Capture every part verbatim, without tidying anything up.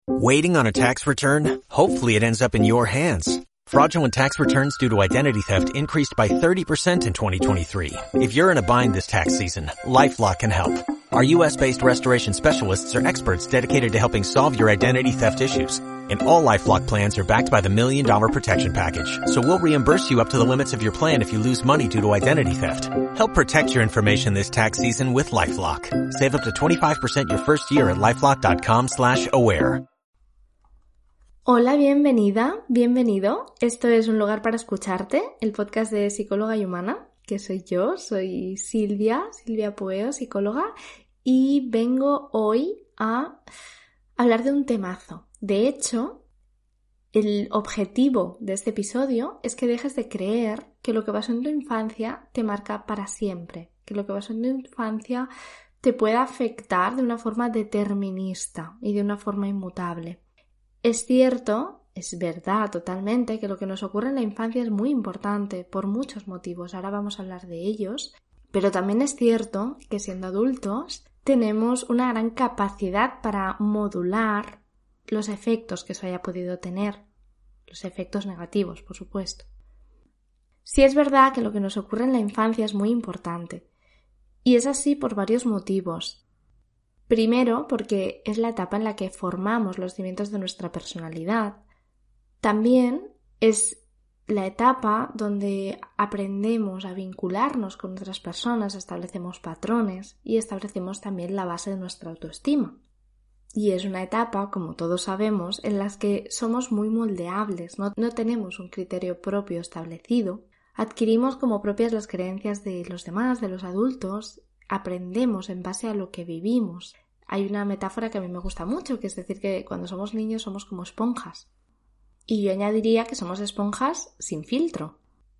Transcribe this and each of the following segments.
Waiting on a tax return? Hopefully it ends up in your hands. Fraudulent tax returns due to identity theft increased by thirty percent in twenty twenty-three. If you're in a bind this tax season, LifeLock can help. Our U S-based restoration specialists are experts dedicated to helping solve your identity theft issues. And all LifeLock plans are backed by the Million Dollar Protection Package. So we'll reimburse you up to the limits of your plan if you lose money due to identity theft. Help protect your information this tax season with LifeLock. Save up to twenty-five percent your first year at LifeLock.com slash aware. Hola, bienvenida, bienvenido. Esto es Un lugar para escucharte, el podcast de Psicóloga y Humana, que soy yo, soy Silvia, Silvia Pueo, psicóloga, y vengo hoy a hablar de un temazo. De hecho, el objetivo de este episodio es que dejes de creer que lo que pasó en tu infancia te marca para siempre, que lo que pasó en tu infancia te puede afectar de una forma determinista y de una forma inmutable. Es cierto, es verdad totalmente que lo que nos ocurre en la infancia es muy importante por muchos motivos, ahora vamos a hablar de ellos, pero también es cierto que siendo adultos tenemos una gran capacidad para modular los efectos que eso haya podido tener, los efectos negativos, por supuesto. Sí es verdad que lo que nos ocurre en la infancia es muy importante, y es así por varios motivos. Primero, porque es la etapa en la que formamos los cimientos de nuestra personalidad. También es la etapa donde aprendemos a vincularnos con otras personas, establecemos patrones y establecemos también la base de nuestra autoestima. Y es una etapa, como todos sabemos, en la que somos muy moldeables, no, no tenemos un criterio propio establecido. Adquirimos como propias las creencias de los demás, de los adultos. Aprendemos en base a lo que vivimos. Hay una metáfora que a mí me gusta mucho, que es decir que cuando somos niños somos como esponjas. Y yo añadiría que somos esponjas sin filtro.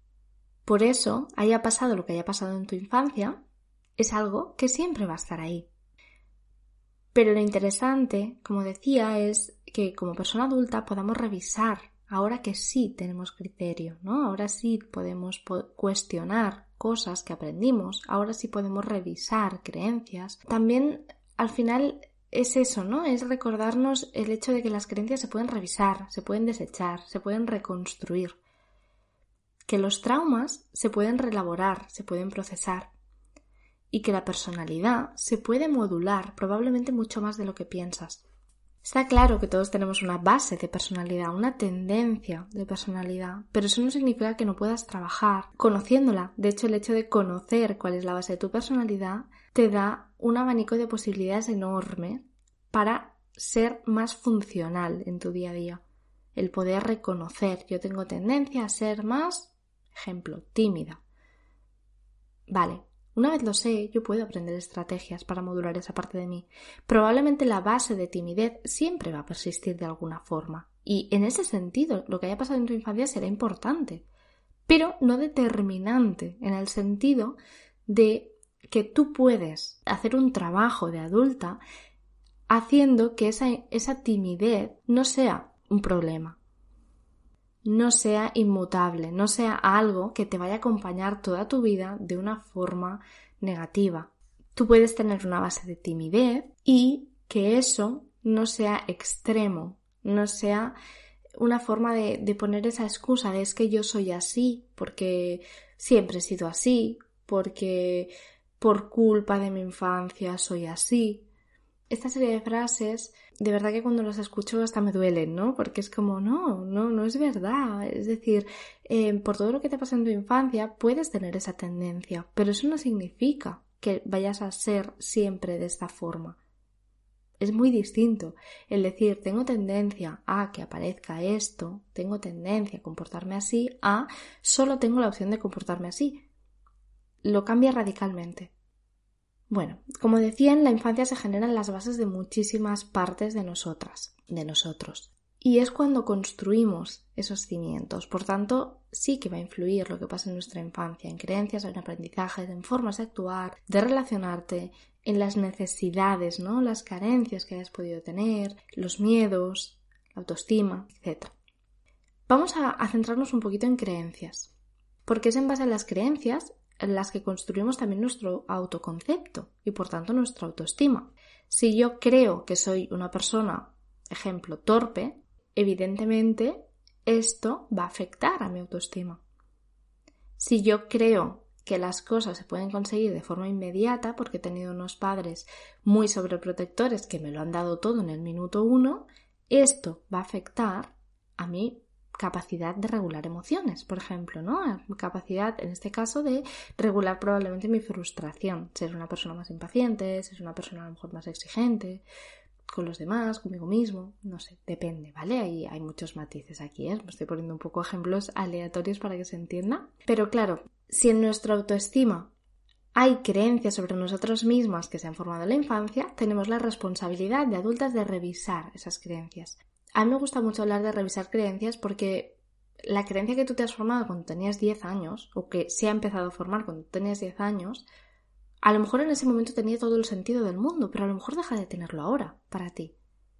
Por eso, haya pasado lo que haya pasado en tu infancia, es algo que siempre va a estar ahí. Pero lo interesante, como decía, es que como persona adulta podamos revisar, ahora que sí tenemos criterio, ¿no? Ahora sí podemos po- cuestionar cosas que aprendimos, ahora sí podemos revisar creencias. También al final es eso, ¿no? Es recordarnos el hecho de que las creencias se pueden revisar, se pueden desechar, se pueden reconstruir. Que los traumas se pueden reelaborar, se pueden procesar. Y que la personalidad se puede modular, probablemente mucho más de lo que piensas. Está claro que todos tenemos una base de personalidad, una tendencia de personalidad, pero eso no significa que no puedas trabajar conociéndola. De hecho, el hecho de conocer cuál es la base de tu personalidad te da un abanico de posibilidades enorme para ser más funcional en tu día a día. El poder reconocer, yo tengo tendencia a ser más, ejemplo, tímida. Vale. Una vez lo sé, yo puedo aprender estrategias para modular esa parte de mí. Probablemente la base de timidez siempre va a persistir de alguna forma. Y en ese sentido, lo que haya pasado en tu infancia será importante, pero no determinante, en el sentido de que tú puedes hacer un trabajo de adulta haciendo que esa, esa timidez no sea un problema. No sea inmutable, no sea algo que te vaya a acompañar toda tu vida de una forma negativa. Tú puedes tener una base de timidez y que eso no sea extremo, no sea una forma de, de poner esa excusa de es que yo soy así, porque siempre he sido así, porque por culpa de mi infancia soy así. Esta serie de frases, de verdad que cuando las escucho hasta me duelen, ¿no? Porque es como, no, no, no es verdad. Es decir, eh, por todo lo que te pasa en tu infancia puedes tener esa tendencia, pero eso no significa que vayas a ser siempre de esta forma. Es muy distinto el decir, tengo tendencia a que aparezca esto, tengo tendencia a comportarme así, a solo tengo la opción de comportarme así. Lo cambia radicalmente. Bueno, como decía, en la infancia se generan las bases de muchísimas partes de nosotras, de nosotros. Y es cuando construimos esos cimientos. Por tanto, sí que va a influir lo que pasa en nuestra infancia, en creencias, en aprendizajes, en formas de actuar, de relacionarte, en las necesidades, ¿no? Las carencias que hayas podido tener, los miedos, la autoestima, etcétera. Vamos a, a centrarnos un poquito en creencias, porque es en base a las creencias en las que construimos también nuestro autoconcepto y por tanto nuestra autoestima. Si yo creo que soy una persona ejemplo, torpe, evidentemente esto va a afectar a mi autoestima. Si yo creo que las cosas se pueden conseguir de forma inmediata porque he tenido unos padres muy sobreprotectores que me lo han dado todo en el minuto uno, esto va a afectar a mi capacidad de regular emociones, por ejemplo, ¿no? Capacidad, en este caso, de regular probablemente mi frustración, ser una persona más impaciente, ser una persona a lo mejor más exigente con los demás, conmigo mismo, no sé, depende, ¿vale? Hay, hay muchos matices aquí, ¿eh? Me estoy poniendo un poco ejemplos aleatorios para que se entienda. Pero claro, si en nuestra autoestima hay creencias sobre nosotros mismos que se han formado en la infancia, tenemos la responsabilidad de adultas de revisar esas creencias. A mí me gusta mucho hablar de revisar creencias porque la creencia que tú te has formado cuando tenías diez años, o que se ha empezado a formar cuando tenías diez años, a lo mejor en ese momento tenía todo el sentido del mundo, pero a lo mejor deja de tenerlo ahora para ti.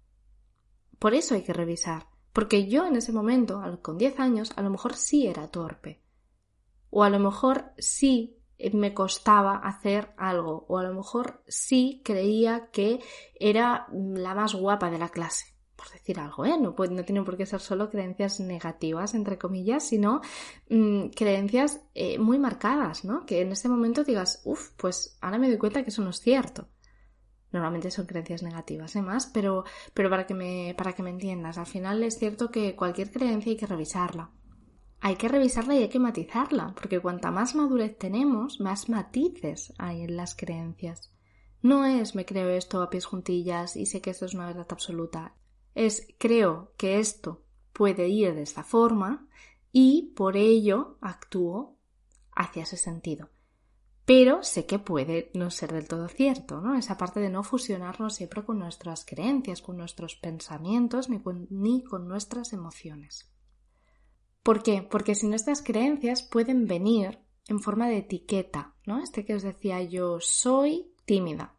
Por eso hay que revisar, porque yo en ese momento, con diez años, a lo mejor sí era torpe, o a lo mejor sí me costaba hacer algo, o a lo mejor sí creía que era la más guapa de la clase, por decir algo, ¿eh? No, puede, no tiene por qué ser solo creencias negativas, entre comillas, sino mmm, creencias eh, muy marcadas, ¿no? Que en ese momento digas, uff, pues ahora me doy cuenta que eso no es cierto. Normalmente son creencias negativas, ¿eh? Más, pero, pero para que me, para que me entiendas, al final es cierto que cualquier creencia hay que revisarla. Hay que revisarla y hay que matizarla, porque cuanta más madurez tenemos, más matices hay en las creencias. No es me creo esto a pies juntillas y sé que esto es una verdad absoluta. Es creo que esto puede ir de esta forma y por ello actúo hacia ese sentido. Pero sé que puede no ser del todo cierto, ¿no? Esa parte de no fusionarnos siempre con nuestras creencias, con nuestros pensamientos ni con, ni con nuestras emociones. ¿Por qué? Porque si nuestras creencias pueden venir en forma de etiqueta, ¿no? Este que os decía yo, soy tímida.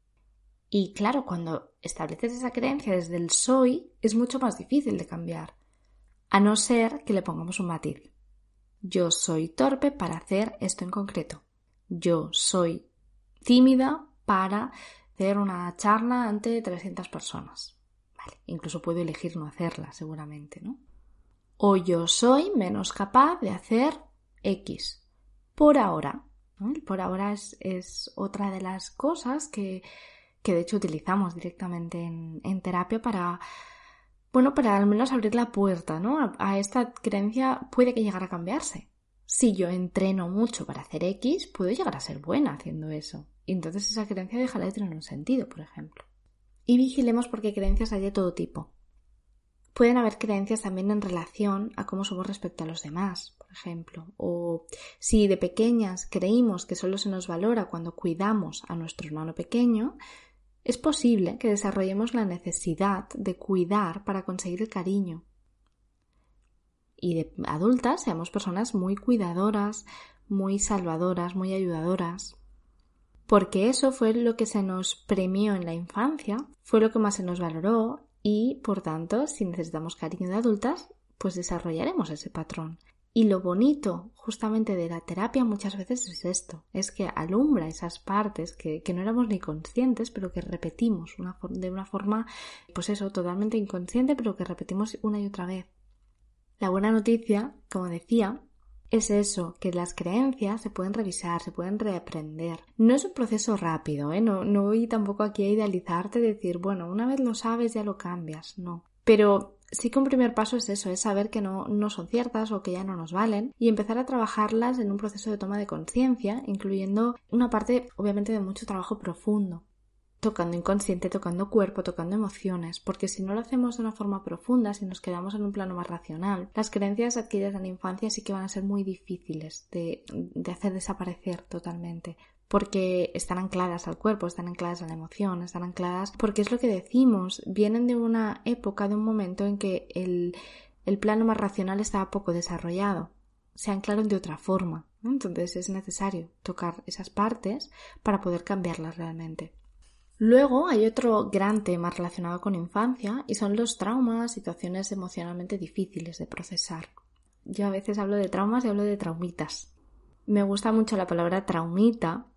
Y claro, cuando estableces esa creencia desde el soy, es mucho más difícil de cambiar, a no ser que le pongamos un matiz. Yo soy torpe para hacer esto en concreto. Yo soy tímida para hacer una charla ante trescientas personas. Vale, incluso puedo elegir no hacerla, seguramente, ¿no? O yo soy menos capaz de hacer X. Por ahora, ¿no? Por ahora es, es otra de las cosas que... que de hecho utilizamos directamente en, en terapia para, bueno, para al menos abrir la puerta, ¿no? A, a esta creencia puede que llegara a cambiarse. Si yo entreno mucho para hacer X, puedo llegar a ser buena haciendo eso. Y entonces esa creencia dejará de tener un sentido, por ejemplo. Y vigilemos porque creencias hay de todo tipo. Pueden haber creencias también en relación a cómo somos respecto a los demás, por ejemplo. O si de pequeñas creímos que solo se nos valora cuando cuidamos a nuestro hermano pequeño, es posible que desarrollemos la necesidad de cuidar para conseguir el cariño. Y de adultas seamos personas muy cuidadoras, muy salvadoras, muy ayudadoras. Porque eso fue lo que se nos premió en la infancia, fue lo que más se nos valoró y, por tanto, si necesitamos cariño de adultas, pues desarrollaremos ese patrón. Y lo bonito justamente de la terapia muchas veces es esto, es que alumbra esas partes que, que no éramos ni conscientes, pero que repetimos una, de una forma, pues eso, totalmente inconsciente, pero que repetimos una y otra vez. La buena noticia, como decía, es eso, que las creencias se pueden revisar, se pueden reaprender. No es un proceso rápido, ¿eh? No, no voy tampoco aquí a idealizarte, decir, bueno, una vez lo sabes ya lo cambias, no. Pero sí que un primer paso es eso, es saber que no, no son ciertas o que ya no nos valen y empezar a trabajarlas en un proceso de toma de conciencia, incluyendo una parte obviamente de mucho trabajo profundo, tocando inconsciente, tocando cuerpo, tocando emociones, porque si no lo hacemos de una forma profunda, si nos quedamos en un plano más racional, las creencias adquiridas en la infancia sí que van a ser muy difíciles de, de hacer desaparecer totalmente. Porque están ancladas al cuerpo, están ancladas a la emoción, están ancladas porque es lo que decimos, vienen de una época, de un momento en que el, el plano más racional estaba poco desarrollado, se anclaron de otra forma, ¿no? Entonces es necesario tocar esas partes para poder cambiarlas realmente. Luego hay otro gran tema relacionado con infancia y son los traumas, situaciones emocionalmente difíciles de procesar. Yo a veces hablo de traumas y hablo de traumitas. Me gusta mucho la palabra traumita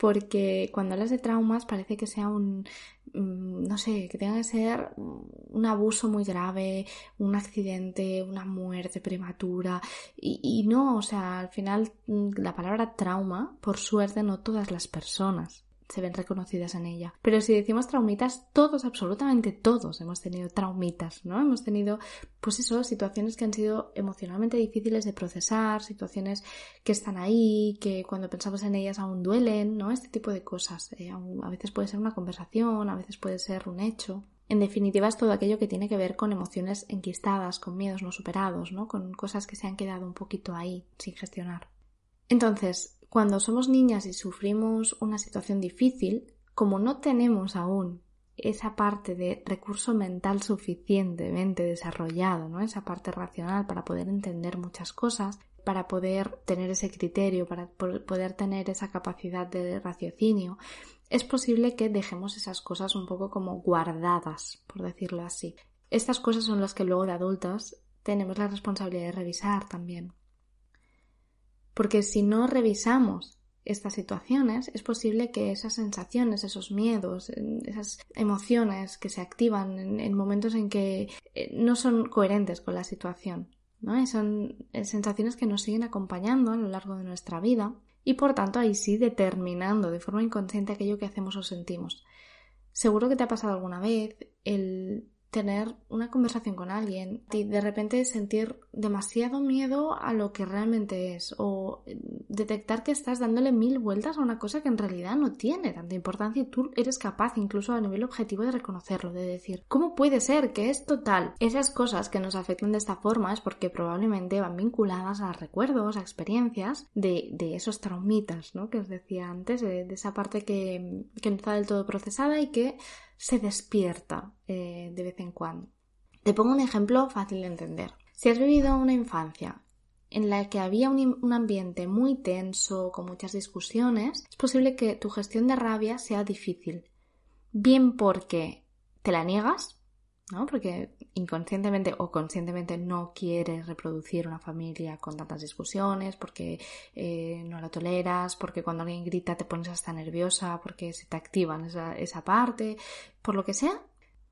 porque cuando hablas de traumas parece que sea un, no sé, que tenga que ser un abuso muy grave, un accidente, una muerte prematura, y, y no, o sea, al final la palabra trauma, por suerte, no todas las personas se ven reconocidas en ella. Pero si decimos traumitas, todos, absolutamente todos hemos tenido traumitas, ¿no? Hemos tenido, pues eso, situaciones que han sido emocionalmente difíciles de procesar, situaciones que están ahí, que cuando pensamos en ellas aún duelen, ¿no? Este tipo de cosas. Eh, a veces puede ser una conversación, a veces puede ser un hecho. En definitiva, es todo aquello que tiene que ver con emociones enquistadas, con miedos no superados, ¿no? Con cosas que se han quedado un poquito ahí, sin gestionar. Entonces, cuando somos niñas y sufrimos una situación difícil, como no tenemos aún esa parte de recurso mental suficientemente desarrollado, ¿no? Esa parte racional para poder entender muchas cosas, para poder tener ese criterio, para poder tener esa capacidad de raciocinio, es posible que dejemos esas cosas un poco como guardadas, por decirlo así. Estas cosas son las que luego de adultas tenemos la responsabilidad de revisar también. Porque si no revisamos estas situaciones, es posible que esas sensaciones, esos miedos, esas emociones que se activan en, en momentos en que no son coherentes con la situación, ¿no? Y son sensaciones que nos siguen acompañando a lo largo de nuestra vida y por tanto ahí sí determinando de forma inconsciente aquello que hacemos o sentimos. Seguro que te ha pasado alguna vez el tener una conversación con alguien y de repente sentir demasiado miedo a lo que realmente es, o detectar que estás dándole mil vueltas a una cosa que en realidad no tiene tanta importancia y tú eres capaz incluso a nivel objetivo de reconocerlo, de decir, ¿cómo puede ser que es total? Esas cosas que nos afectan de esta forma es porque probablemente van vinculadas a recuerdos, a experiencias de, de esos traumitas, ¿no? Que os decía antes, de, de esa parte que, que no está del todo procesada y que se despierta eh, de vez en cuando. Te pongo un ejemplo fácil de entender. Si has vivido una infancia en la que había un, un ambiente muy tenso, con muchas discusiones, es posible que tu gestión de rabia sea difícil. Bien porque te la niegas, ¿no? Porque inconscientemente o conscientemente no quieres reproducir una familia con tantas discusiones, porque eh, no la toleras, porque cuando alguien grita te pones hasta nerviosa, porque se te activan esa, esa parte, por lo que sea.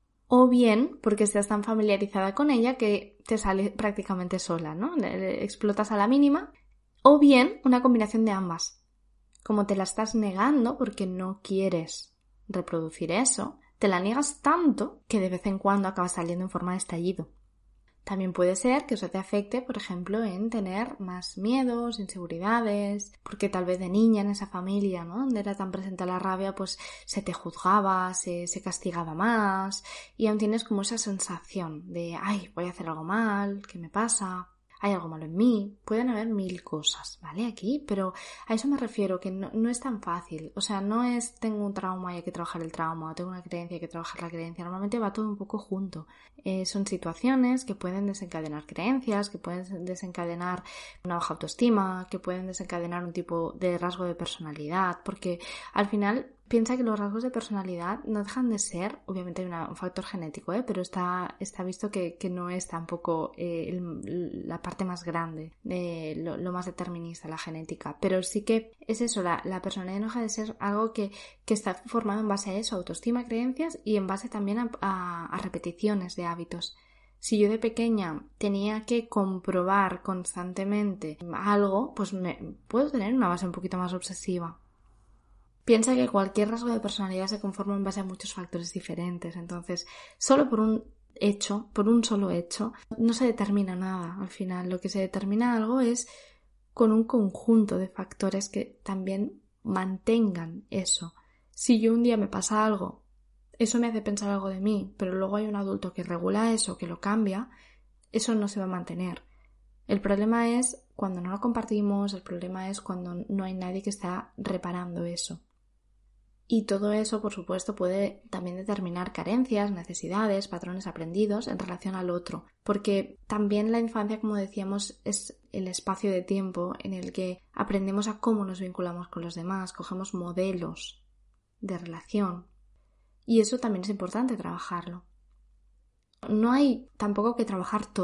O bien porque estás tan familiarizada con ella que te sale prácticamente sola, ¿no? Explotas a la mínima. O bien una combinación de ambas. Como te la estás negando porque no quieres reproducir eso, te la niegas tanto que de vez en cuando acaba saliendo en forma de estallido. También puede ser que eso te afecte, por ejemplo, en tener más miedos, inseguridades, porque tal vez de niña en esa familia, ¿no? Donde era tan presente la rabia, pues se te juzgaba, se, se castigaba más y aún tienes como esa sensación de, ay, voy a hacer algo mal, ¿qué me pasa? Hay algo malo en mí, pueden haber mil cosas, ¿vale? Aquí, pero a eso me refiero, que no, no es tan fácil, o sea, no es tengo un trauma y hay que trabajar el trauma, o tengo una creencia y hay que trabajar la creencia, normalmente va todo un poco junto. Eh, son situaciones que pueden desencadenar creencias, que pueden desencadenar una baja autoestima, que pueden desencadenar un tipo de rasgo de personalidad, porque al final piensa que los rasgos de personalidad no dejan de ser, obviamente hay una, un factor genético, ¿eh? Pero está, está visto que, que no es tampoco eh, el, la parte más grande, eh, lo, lo más determinista, la genética. Pero sí que es eso, la, la personalidad no deja de ser algo que, que está formado en base a eso, autoestima, creencias y en base también a, a, a repeticiones de hábitos. Si yo de pequeña tenía que comprobar constantemente algo, pues me, puedo tener una base un poquito más obsesiva. Piensa que cualquier rasgo de personalidad se conforma en base a muchos factores diferentes, entonces solo por un hecho, por un solo hecho, no se determina nada al final. Lo que se determina algo es con un conjunto de factores que también mantengan eso. Si yo un día me pasa algo, eso me hace pensar algo de mí, pero luego hay un adulto que regula eso, que lo cambia, eso no se va a mantener. El problema es cuando no lo compartimos, el problema es cuando no hay nadie que está reparando eso. Y todo eso, por supuesto, puede también determinar carencias, necesidades, patrones aprendidos en relación al otro. Porque también la infancia, como decíamos, es el espacio de tiempo en el que aprendemos a cómo nos vinculamos con los demás, cogemos modelos de relación. Y eso también es importante trabajarlo. No hay tampoco que trabajar todo,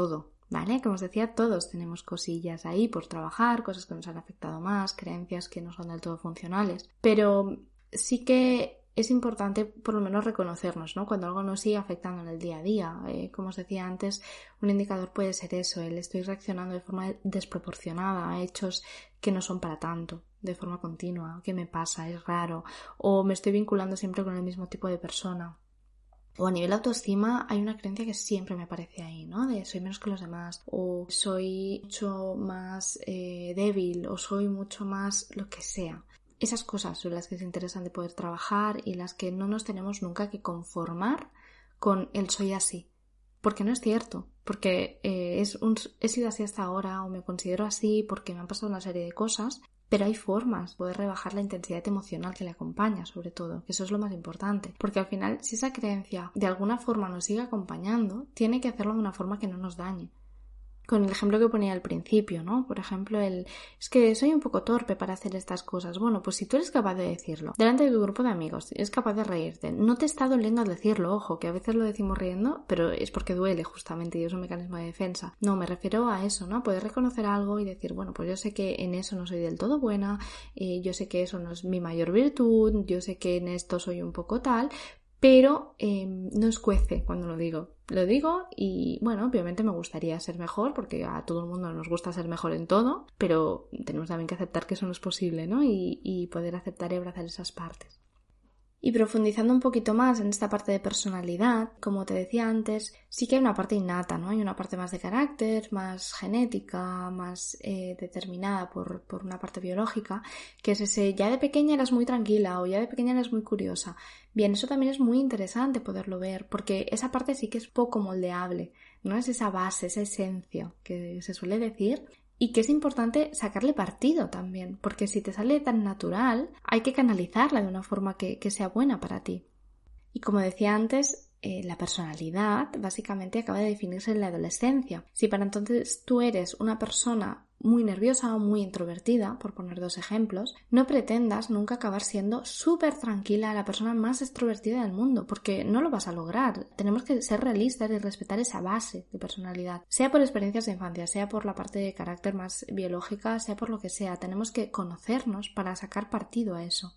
¿vale? Como os decía, todos tenemos cosillas ahí por trabajar, cosas que nos han afectado más, creencias que no son del todo funcionales, pero sí que es importante por lo menos reconocernos, ¿no? Cuando algo nos sigue afectando en el día a día. Eh, como os decía antes, un indicador puede ser eso, el estoy reaccionando de forma desproporcionada a hechos que no son para tanto, de forma continua. ¿Qué me pasa? ¿Es raro? O me estoy vinculando siempre con el mismo tipo de persona. O a nivel autoestima hay una creencia que siempre me aparece ahí, ¿no? De soy menos que los demás, o soy mucho más eh, débil, o soy mucho más lo que sea. Esas cosas son las que es interesante poder trabajar y las que no nos tenemos nunca que conformar con el soy así. Porque no es cierto, porque eh, es un, he sido así hasta ahora o me considero así porque me han pasado una serie de cosas, pero hay formas de poder rebajar la intensidad emocional que le acompaña, sobre todo, que eso es lo más importante. Porque al final, si esa creencia de alguna forma nos sigue acompañando, tiene que hacerlo de una forma que no nos dañe. Con el ejemplo que ponía al principio, ¿no? Por ejemplo, el es que soy un poco torpe para hacer estas cosas. Bueno, pues si tú eres capaz de decirlo delante de tu grupo de amigos, eres capaz de reírte, no te está doliendo al decirlo, ojo, que a veces lo decimos riendo, pero es porque duele justamente y es un mecanismo de defensa. No, me refiero a eso, ¿no? Poder reconocer algo y decir, bueno, pues yo sé que en eso no soy del todo buena, eh, yo sé que eso no es mi mayor virtud, yo sé que en esto soy un poco tal, pero eh, no escuece cuando lo digo. Lo digo y, bueno, obviamente me gustaría ser mejor porque a todo el mundo nos gusta ser mejor en todo, pero tenemos también que aceptar que eso no es posible, ¿no? Y, y poder aceptar y abrazar esas partes. Y profundizando un poquito más en esta parte de personalidad, como te decía antes, sí que hay una parte innata, ¿no? Hay una parte más de carácter, más genética, más eh, determinada por, por una parte biológica, que es ese, ya de pequeña eras muy tranquila o ya de pequeña eras muy curiosa. Bien, eso también es muy interesante poderlo ver, porque esa parte sí que es poco moldeable, ¿no? Es esa base, esa esencia que se suele decir. Y que es importante sacarle partido también, porque si te sale tan natural, hay que canalizarla de una forma que, que sea buena para ti. Y como decía antes, eh, la personalidad básicamente acaba de definirse en la adolescencia. Si para entonces tú eres una persona muy nerviosa o muy introvertida, por poner dos ejemplos, no pretendas nunca acabar siendo súper tranquila, la persona más extrovertida del mundo, porque no lo vas a lograr. Tenemos que ser realistas y respetar esa base de personalidad, sea por experiencias de infancia, sea por la parte de carácter más biológica, sea por lo que sea. Tenemos que conocernos para sacar partido a eso.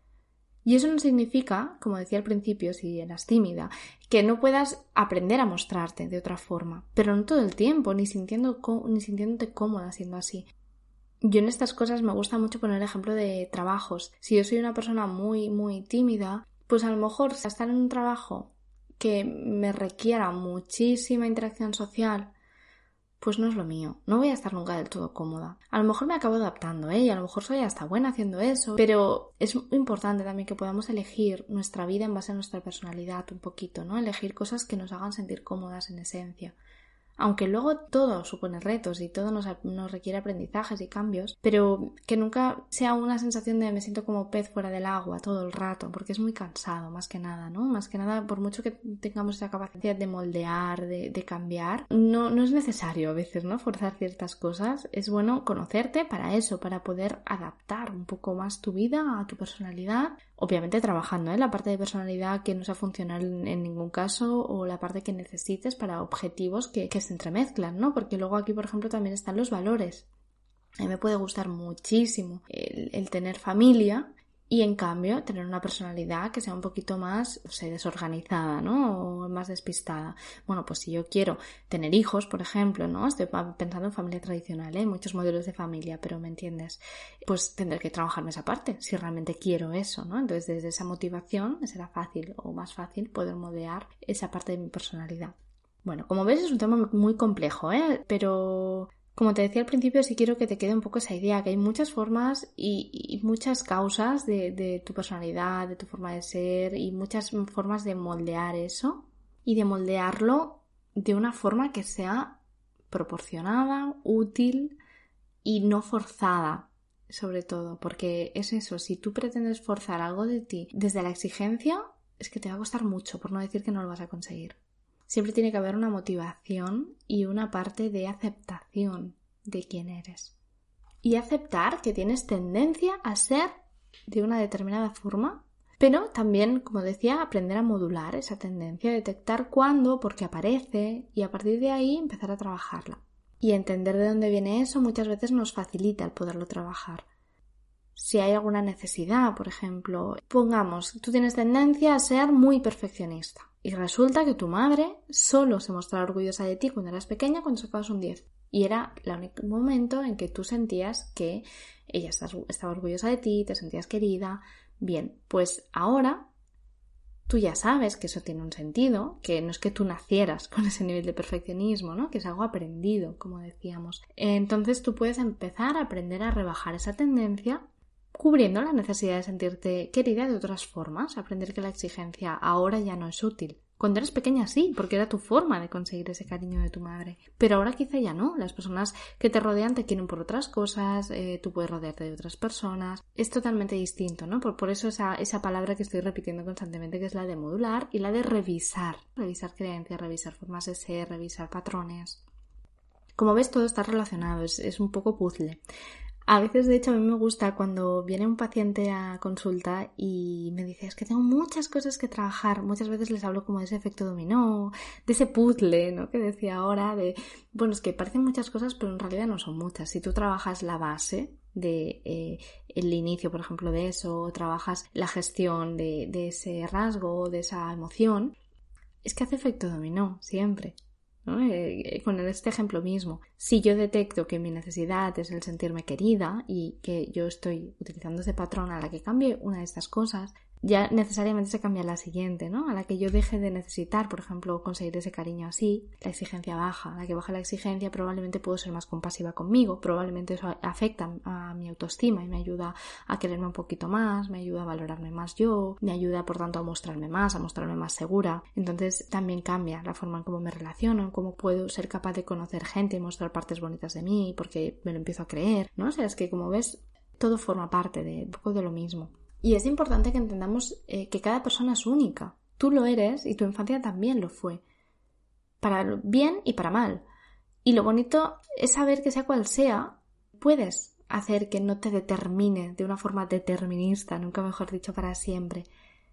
Y eso no significa, como decía al principio, si eras tímida, que no puedas aprender a mostrarte de otra forma, pero no todo el tiempo, ni, sintiendo, ni sintiéndote cómoda siendo así. Yo en estas cosas me gusta mucho poner el ejemplo de trabajos. Si yo soy una persona muy, muy tímida, pues a lo mejor estar en un trabajo que me requiera muchísima interacción social, pues no es lo mío, no voy a estar nunca del todo cómoda. A lo mejor me acabo adaptando, ¿eh? Y a lo mejor soy hasta buena haciendo eso, pero es importante también que podamos elegir nuestra vida en base a nuestra personalidad un poquito, ¿no? Elegir cosas que nos hagan sentir cómodas en esencia. Aunque luego todo supone retos y todo nos, nos requiere aprendizajes y cambios, pero que nunca sea una sensación de me siento como pez fuera del agua todo el rato, porque es muy cansado, más que nada, ¿no? Más que nada, por mucho que tengamos esa capacidad de moldear, de, de cambiar, no, no es necesario a veces, ¿no? Forzar ciertas cosas. Es bueno conocerte para eso, para poder adaptar un poco más tu vida a tu personalidad. Obviamente trabajando en ¿eh? la parte de personalidad que no sea funcional en, en ningún caso o la parte que necesites para objetivos que, que se entremezclan, ¿no? Porque luego aquí, por ejemplo, también están los valores. A mí me puede gustar muchísimo el, el tener familia y en cambio tener una personalidad que sea un poquito más, no sé, desorganizada, ¿no? O más despistada. Bueno, pues si yo quiero tener hijos, por ejemplo, ¿no? Estoy pensando en familia tradicional, ¿eh? Muchos modelos de familia, pero ¿me entiendes? Pues tendré que trabajarme esa parte, si realmente quiero eso, ¿no? Entonces desde esa motivación me será fácil o más fácil poder modelar esa parte de mi personalidad. Bueno, como ves es un tema muy complejo, ¿eh? Pero como te decía al principio, sí quiero que te quede un poco esa idea, que hay muchas formas y, y muchas causas de, de tu personalidad, de tu forma de ser y muchas formas de moldear eso y de moldearlo de una forma que sea proporcionada, útil y no forzada, sobre todo, porque es eso, si tú pretendes forzar algo de ti desde la exigencia, es que te va a costar mucho, por no decir que no lo vas a conseguir. Siempre tiene que haber una motivación y una parte de aceptación de quién eres. Y aceptar que tienes tendencia a ser de una determinada forma, Pero también, como decía, aprender a modular esa tendencia, detectar cuándo, por qué aparece y a partir de ahí empezar a trabajarla. Y entender de dónde viene eso muchas veces nos facilita el poderlo trabajar. Si hay alguna necesidad, por ejemplo, pongamos, tú tienes tendencia a ser muy perfeccionista y resulta que tu madre solo se mostraba orgullosa de ti cuando eras pequeña cuando sacabas un diez y era el único momento en que tú sentías que ella estaba orgullosa de ti, te sentías querida. Bien, pues ahora tú ya sabes que eso tiene un sentido, que no es que tú nacieras con ese nivel de perfeccionismo, ¿no? Que es algo aprendido, como decíamos. Entonces tú puedes empezar a aprender a rebajar esa tendencia cubriendo la necesidad de sentirte querida de otras formas, aprender que la exigencia ahora ya no es útil. Cuando eres pequeña sí, porque era tu forma de conseguir ese cariño de tu madre. Pero ahora quizá ya no. Las personas que te rodean te quieren por otras cosas, eh, tú puedes rodearte de otras personas. Es totalmente distinto, ¿no? Por, por eso esa, esa palabra que estoy repitiendo constantemente, que es la de modular y la de revisar. Revisar creencias, revisar formas de ser, revisar patrones. Como ves, todo está relacionado, es, es un poco puzzle. A veces, de hecho, a mí me gusta cuando viene un paciente a consulta y me dice, es que tengo muchas cosas que trabajar. Muchas veces les hablo como de ese efecto dominó, de ese puzzle, ¿no? Que decía ahora, de, bueno, es que parecen muchas cosas, pero en realidad no son muchas. Si tú trabajas la base de eh, el inicio, por ejemplo, de eso, trabajas la gestión de, de ese rasgo, de esa emoción, es que hace efecto dominó, siempre. ¿No? Eh, con este ejemplo mismo, si yo detecto que mi necesidad es el sentirme querida y que yo estoy utilizando ese patrón a la que cambie una de estas cosas, ya necesariamente se cambia la siguiente, ¿no? A la que yo deje de necesitar, por ejemplo, conseguir ese cariño así, la exigencia baja. A la que baja la exigencia probablemente puedo ser más compasiva conmigo, probablemente eso afecta a mi autoestima y me ayuda a quererme un poquito más, me ayuda a valorarme más yo, me ayuda por tanto a mostrarme más, a mostrarme más segura. Entonces también cambia la forma en cómo me relaciono, en cómo puedo ser capaz de conocer gente y mostrar partes bonitas de mí porque me lo empiezo a creer, ¿no? O sea, es que como ves, todo forma parte de un poco de lo mismo. Y es importante que entendamos eh, que cada persona es única. Tú lo eres y tu infancia también lo fue. Para bien y para mal. Y lo bonito es saber que sea cual sea, puedes hacer que no te determine de una forma determinista, nunca mejor dicho, para siempre.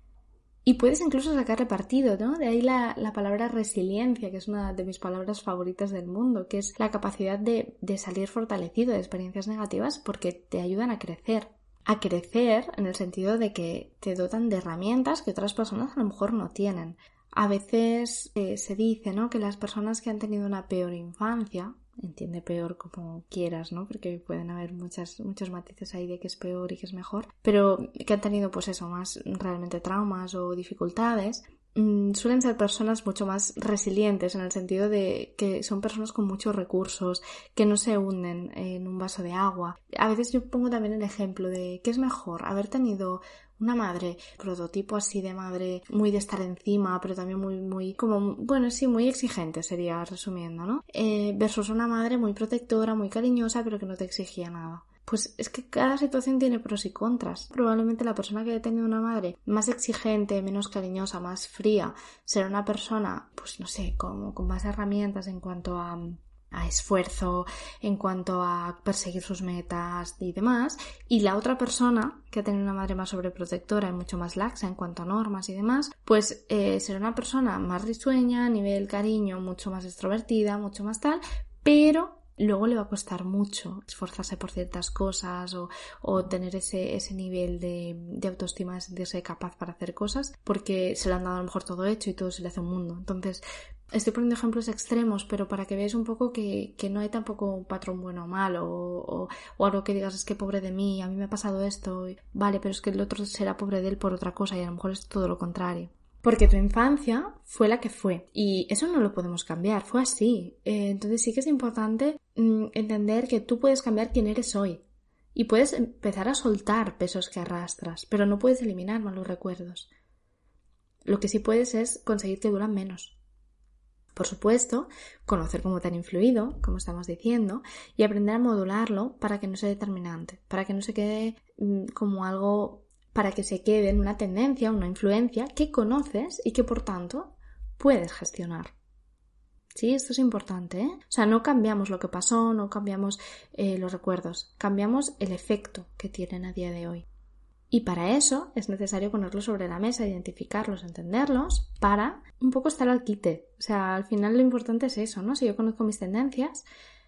Y puedes incluso sacarle partido, ¿no? De ahí la, la palabra resiliencia, que es una de mis palabras favoritas del mundo, que es la capacidad de, de salir fortalecido de experiencias negativas porque te ayudan a crecer. A crecer en el sentido de que te dotan de herramientas que otras personas a lo mejor no tienen. A veces eh, se dice, ¿no?, que las personas que han tenido una peor infancia, entiende peor como quieras, ¿no?, porque pueden haber muchas, muchos matices ahí de que es peor y que es mejor, pero que han tenido pues eso, más realmente traumas o dificultades, suelen ser personas mucho más resilientes en el sentido de que son personas con muchos recursos, que no se hunden en un vaso de agua. A veces yo pongo también el ejemplo de ¿qué es mejor? Haber tenido una madre, prototipo así de madre, muy de estar encima, pero también muy, muy, como, bueno, sí, muy exigente sería resumiendo, ¿no? Eh, versus una madre muy protectora, muy cariñosa, pero que no te exigía nada. Pues es que cada situación tiene pros y contras. Probablemente la persona que haya tenido una madre más exigente, menos cariñosa, más fría, será una persona, pues no sé, como con más herramientas en cuanto a, a esfuerzo, en cuanto a perseguir sus metas y demás. Y la otra persona que ha tenido una madre más sobreprotectora y mucho más laxa en cuanto a normas y demás, pues eh, será una persona más risueña, a nivel cariño, mucho más extrovertida, mucho más tal, pero luego le va a costar mucho esforzarse por ciertas cosas o, o tener ese, ese nivel de, de autoestima, de sentirse capaz para hacer cosas, porque se le han dado a lo mejor todo hecho y todo se le hace un mundo. Entonces, estoy poniendo ejemplos extremos, pero para que veáis un poco que, que no hay tampoco un patrón bueno o malo, o, o, o algo que digas, es que pobre de mí, a mí me ha pasado esto, y, vale, pero es que el otro será pobre de él por otra cosa y a lo mejor es todo lo contrario. Porque tu infancia fue la que fue y eso no lo podemos cambiar, fue así. Eh, entonces sí que es importante mm, entender que tú puedes cambiar quién eres hoy y puedes empezar a soltar pesos que arrastras, pero no puedes eliminar malos recuerdos. Lo que sí puedes es conseguir que duran menos. Por supuesto, conocer cómo te han influido, como estamos diciendo, y aprender a modularlo para que no sea determinante, para que no se quede mm, como algo... para que se quede en una tendencia, una influencia que conoces y que por tanto puedes gestionar. Sí, esto es importante, ¿eh? O sea, no cambiamos lo que pasó, no cambiamos eh, los recuerdos, cambiamos el efecto que tienen a día de hoy. Y para eso es necesario ponerlos sobre la mesa, identificarlos, entenderlos, para un poco estar al quite. O sea, al final lo importante es eso, ¿no? Si yo conozco mis tendencias,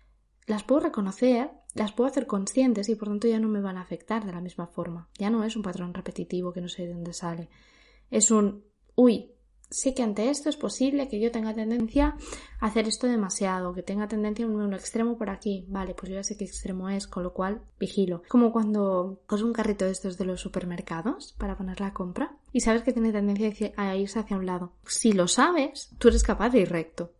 las puedo reconocer, las puedo hacer conscientes y por tanto ya no me van a afectar de la misma forma. Ya no es un patrón repetitivo que no sé de dónde sale. Es un, uy, sé que ante esto es posible que yo tenga tendencia a hacer esto demasiado, que tenga tendencia a un, un extremo por aquí. Vale, pues yo ya sé qué extremo es, con lo cual vigilo. Como cuando coges un carrito de estos de los supermercados para poner la compra y sabes que tiene tendencia a irse hacia un lado. Si lo sabes, tú eres capaz de ir recto.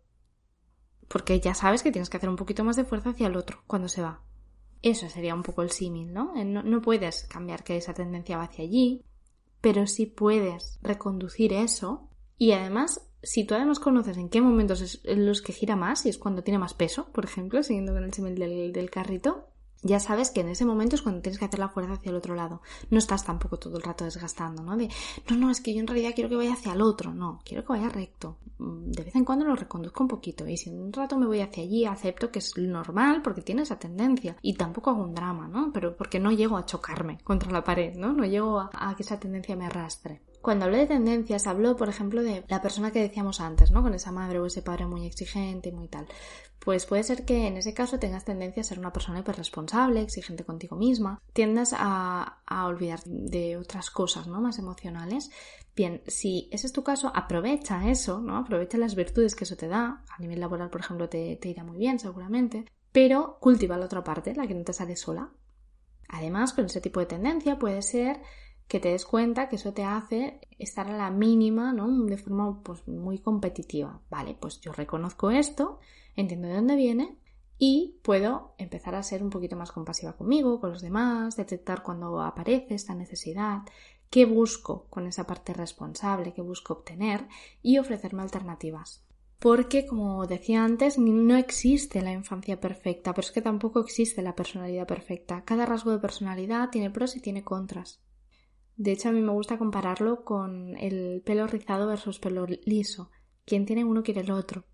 Porque ya sabes que tienes que hacer un poquito más de fuerza hacia el otro cuando se va. Eso sería un poco el símil, ¿no? No, no puedes cambiar que esa tendencia va hacia allí, pero sí puedes reconducir eso. Y además, si tú además conoces en qué momentos es en los que gira más, y es cuando tiene más peso, por ejemplo, siguiendo con el símil del, del carrito, ya sabes que en ese momento es cuando tienes que hacer la fuerza hacia el otro lado. No estás tampoco todo el rato desgastando, ¿no? De, no, no, es que yo en realidad quiero que vaya hacia el otro. No, quiero que vaya recto. De vez en cuando lo reconduzco un poquito. Y si en un rato me voy hacia allí, acepto que es normal porque tiene esa tendencia. Y tampoco hago un drama, ¿no? Pero porque no llego a chocarme contra la pared, ¿no? No llego a, a que esa tendencia me arrastre. Cuando hablo de tendencias, hablo, por ejemplo, de la persona que decíamos antes, ¿no? Con esa madre o ese padre muy exigente y muy tal. Pues puede ser que en ese caso tengas tendencia a ser una persona hiperresponsable, exigente contigo misma, tiendas a, a olvidar de otras cosas, ¿no? Más emocionales. Bien, si ese es tu caso, aprovecha eso, ¿no? Aprovecha las virtudes que eso te da. A nivel laboral, por ejemplo, te, te irá muy bien seguramente, pero cultiva la otra parte, la que no te sale sola. Además, con ese tipo de tendencia puede ser que te des cuenta que eso te hace estar a la mínima, ¿no? De forma pues muy competitiva. Vale, pues yo reconozco esto, entiendo de dónde viene y puedo empezar a ser un poquito más compasiva conmigo, con los demás, detectar cuando aparece esta necesidad, qué busco con esa parte responsable, qué busco obtener y ofrecerme alternativas. Porque, como decía antes, no existe la infancia perfecta, pero es que tampoco existe la personalidad perfecta. Cada rasgo de personalidad tiene pros y tiene contras. De hecho, a mí me gusta compararlo con el pelo rizado versus pelo liso. Quien tiene uno quiere el otro.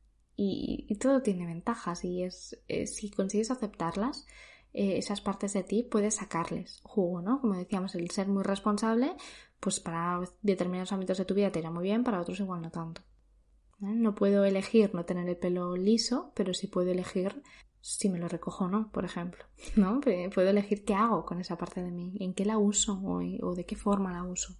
Y, y todo tiene ventajas y es, es si consigues aceptarlas, eh, esas partes de ti puedes sacarles jugo, ¿no? Como decíamos, el ser muy responsable, pues para determinados ámbitos de tu vida te irá muy bien, para otros igual no tanto. ¿Eh? No puedo elegir no tener el pelo liso, pero sí puedo elegir si me lo recojo o no, por ejemplo, ¿no? Puedo elegir qué hago con esa parte de mí, en qué la uso o, o de qué forma la uso.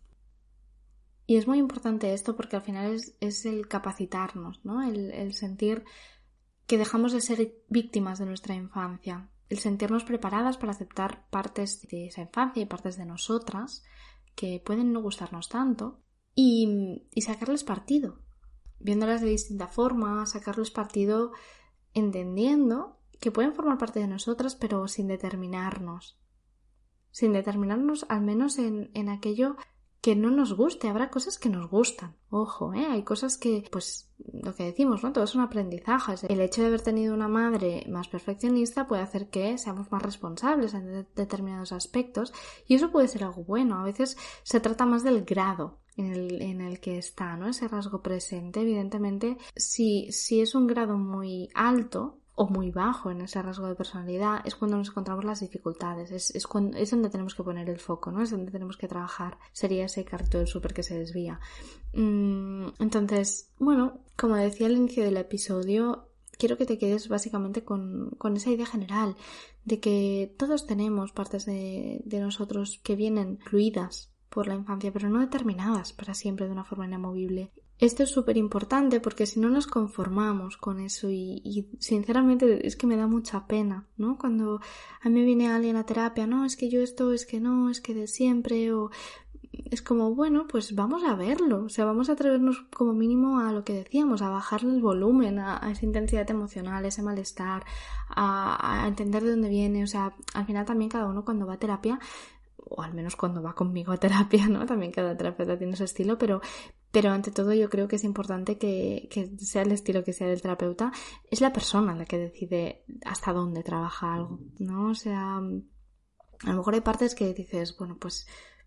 Y es muy importante esto porque al final es, es el capacitarnos, ¿no? El, el sentir que dejamos de ser víctimas de nuestra infancia, el sentirnos preparadas para aceptar partes de esa infancia y partes de nosotras que pueden no gustarnos tanto y, y sacarles partido, viéndolas de distinta forma, sacarles partido entendiendo que pueden formar parte de nosotras, pero sin determinarnos. Sin determinarnos al menos en, en aquello que no nos guste. Habrá cosas que nos gustan. Ojo, ¿eh? Hay cosas que, pues, lo que decimos, ¿no? Todo es un aprendizaje. El hecho de haber tenido una madre más perfeccionista puede hacer que seamos más responsables en de- determinados aspectos y eso puede ser algo bueno. A veces se trata más del grado en el, en el que está, ¿no? Ese rasgo presente. Evidentemente, si, si es un grado muy alto o muy bajo en ese rasgo de personalidad, es cuando nos encontramos las dificultades, es, es, cuando, es donde tenemos que poner el foco, ¿no? Es donde tenemos que trabajar. Sería ese carrito del súper que se desvía. Mm, entonces, bueno, como decía al inicio del episodio, quiero que te quedes básicamente con, con esa idea general de que todos tenemos partes de, de nosotros que vienen fluidas por la infancia, pero no determinadas para siempre de una forma inamovible. Esto es súper importante porque si no nos conformamos con eso y, y sinceramente es que me da mucha pena, ¿no? Cuando a mí viene alguien a terapia, no, es que yo esto, es que no, es que de siempre, o es como, bueno, pues vamos a verlo, o sea, vamos a atrevernos como mínimo a lo que decíamos, a bajarle el volumen a, a esa intensidad emocional, ese malestar, a, a entender de dónde viene, o sea, al final también cada uno cuando va a terapia, o al menos cuando va conmigo a terapia, ¿no? También cada terapeuta tiene su estilo, pero, pero ante todo yo creo que es importante que, que sea el estilo que sea del terapeuta, es la persona la que decide hasta dónde trabaja algo, ¿no? O sea, a lo mejor hay partes que dices, bueno, pues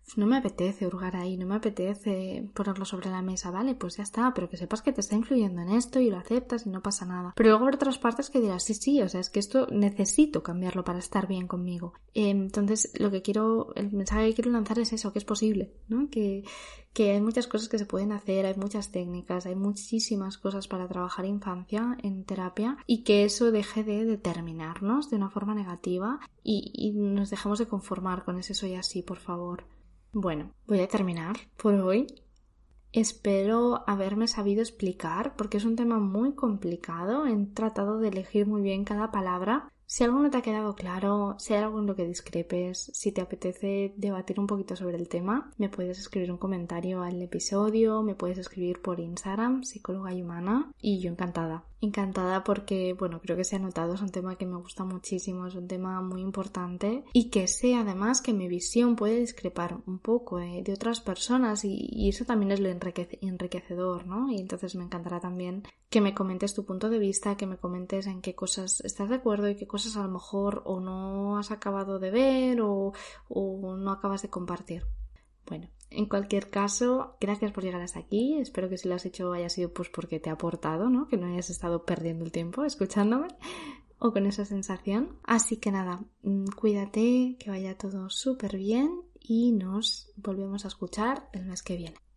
no me apetece hurgar ahí, no me apetece ponerlo sobre la mesa, ¿vale? Pues ya está, pero que sepas que te está influyendo en esto y lo aceptas y no pasa nada. Pero luego habrá otras partes que dirás, sí, sí, o sea, es que esto necesito cambiarlo para estar bien conmigo. Eh, entonces, lo que quiero, el mensaje que quiero lanzar es eso, que es posible, ¿no? Que, que hay muchas cosas que se pueden hacer, hay muchas técnicas, hay muchísimas cosas para trabajar infancia en terapia y que eso deje de determinarnos de una forma negativa y, y nos dejemos de conformar con ese soy así, por favor. Bueno, voy a terminar por hoy. Espero haberme sabido explicar porque es un tema muy complicado. He tratado de elegir muy bien cada palabra. Si algo no te ha quedado claro, si hay algo en lo que discrepes, si te apetece debatir un poquito sobre el tema, me puedes escribir un comentario al episodio, me puedes escribir por Instagram, psicóloga y humana, y yo encantada. Encantada porque, bueno, creo que se ha notado, es un tema que me gusta muchísimo, es un tema muy importante y que sé además que mi visión puede discrepar un poco eh, de otras personas y, y eso también es lo enriquece, enriquecedor, ¿no? Y entonces me encantará también que me comentes tu punto de vista, que me comentes en qué cosas estás de acuerdo y qué cosas a lo mejor o no has acabado de ver o, o no acabas de compartir. Bueno, en cualquier caso, gracias por llegar hasta aquí. Espero que si lo has hecho haya sido pues porque te ha aportado, ¿no? Que no hayas estado perdiendo el tiempo escuchándome o con esa sensación. Así que nada, cuídate, que vaya todo súper bien y nos volvemos a escuchar el mes que viene.